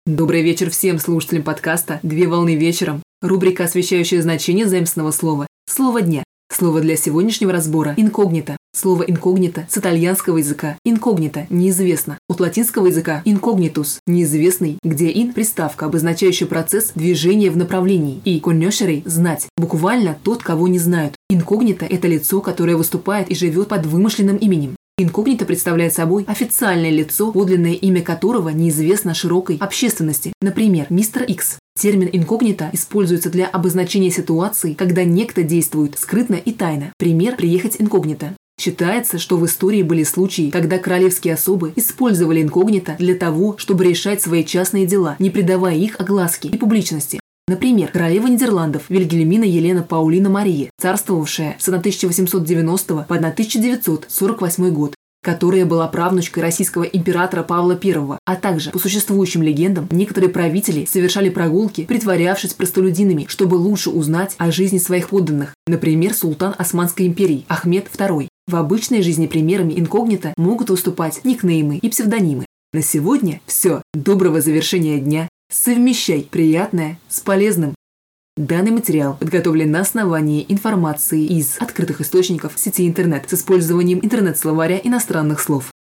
Добрый вечер всем слушателям подкаста «Две волны вечером». Рубрика, освещающая значение заимственного слова. Слово дня. Слово для сегодняшнего разбора – инкогнито. Слово инкогнито с итальянского языка инкогнито – неизвестно. От латинского языка инкогнитус – неизвестный, где ин – приставка, обозначающая процесс движения в направлении, и conoscere – знать, буквально тот, кого не знают. Инкогнито – это лицо, которое выступает и живет под вымышленным именем. Инкогнито представляет собой официальное лицо, подлинное имя которого неизвестно широкой общественности, например, мистер Икс. Термин инкогнито используется для обозначения ситуации, когда некто действует скрытно и тайно. Пример – приехать инкогнито. Считается, что в истории были случаи, когда королевские особы использовали инкогнито для того, чтобы решать свои частные дела, не придавая их огласке и публичности. Например, королева Нидерландов Вильгельмина Елена Паулина Мария, царствовавшая с 1890 по 1948 год, которая была правнучкой российского императора Павла I, а также, по существующим легендам, некоторые правители совершали прогулки, притворявшись простолюдинами, чтобы лучше узнать о жизни своих подданных. Например, султан Османской империи Ахмед II. В обычной жизни примерами инкогнито могут выступать никнеймы и псевдонимы. На сегодня все. Доброго завершения дня. Совмещай приятное с полезным. Данный материал подготовлен на основании информации из открытых источников сети интернет с использованием интернет-словаря иностранных слов.